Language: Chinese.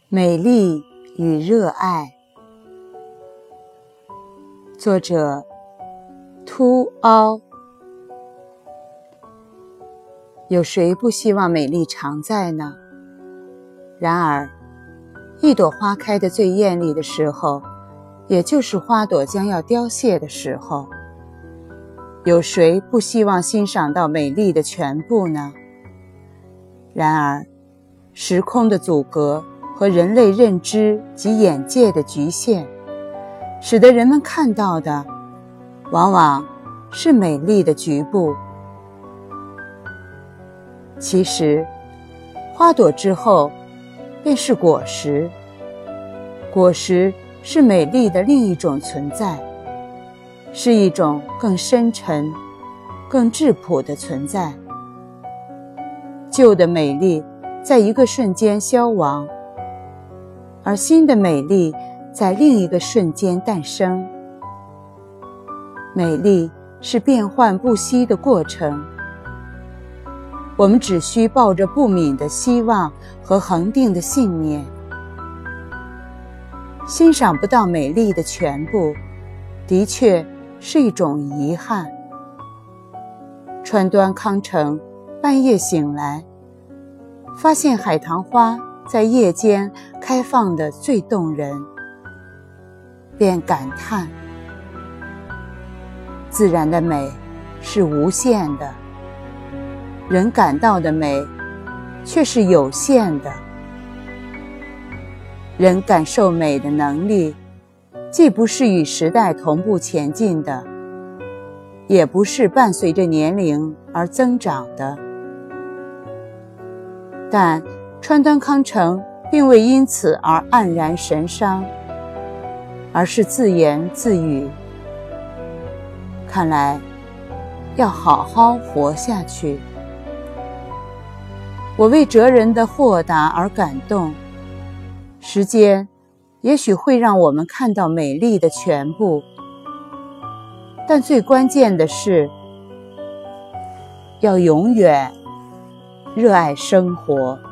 美丽与热爱，作者秃凹。有谁不希望美丽常在呢？然而，一朵花开得最艳丽的时候，也就是花朵将要凋谢的时候。有谁不希望欣赏到美丽的全部呢？然而，时空的阻隔和人类认知及眼界的局限，使得人们看到的往往是美丽的局部。其实，花朵之后便是果实，果实是美丽的另一种存在，是一种更深沉、更质朴的存在。旧的美丽在一个瞬间消亡，而新的美丽在另一个瞬间诞生。美丽是变幻不息的过程，我们只需抱着不泯的希望和恒定的信念。欣赏不到美丽的全部，的确是一种遗憾。川端康成半夜醒来，发现海棠花在夜间开放得最动人，便感叹：自然的美是无限的，人感到的美却是有限的。人感受美的能力，既不是与时代同步前进的，也不是伴随着年龄而增长的。但川端康成并未因此而黯然神伤，而是自言自语：看来要好好活下去。我为哲人的豁达而感动，时间也许会让我们看到美丽的全部，但最关键的是要永远热爱生活。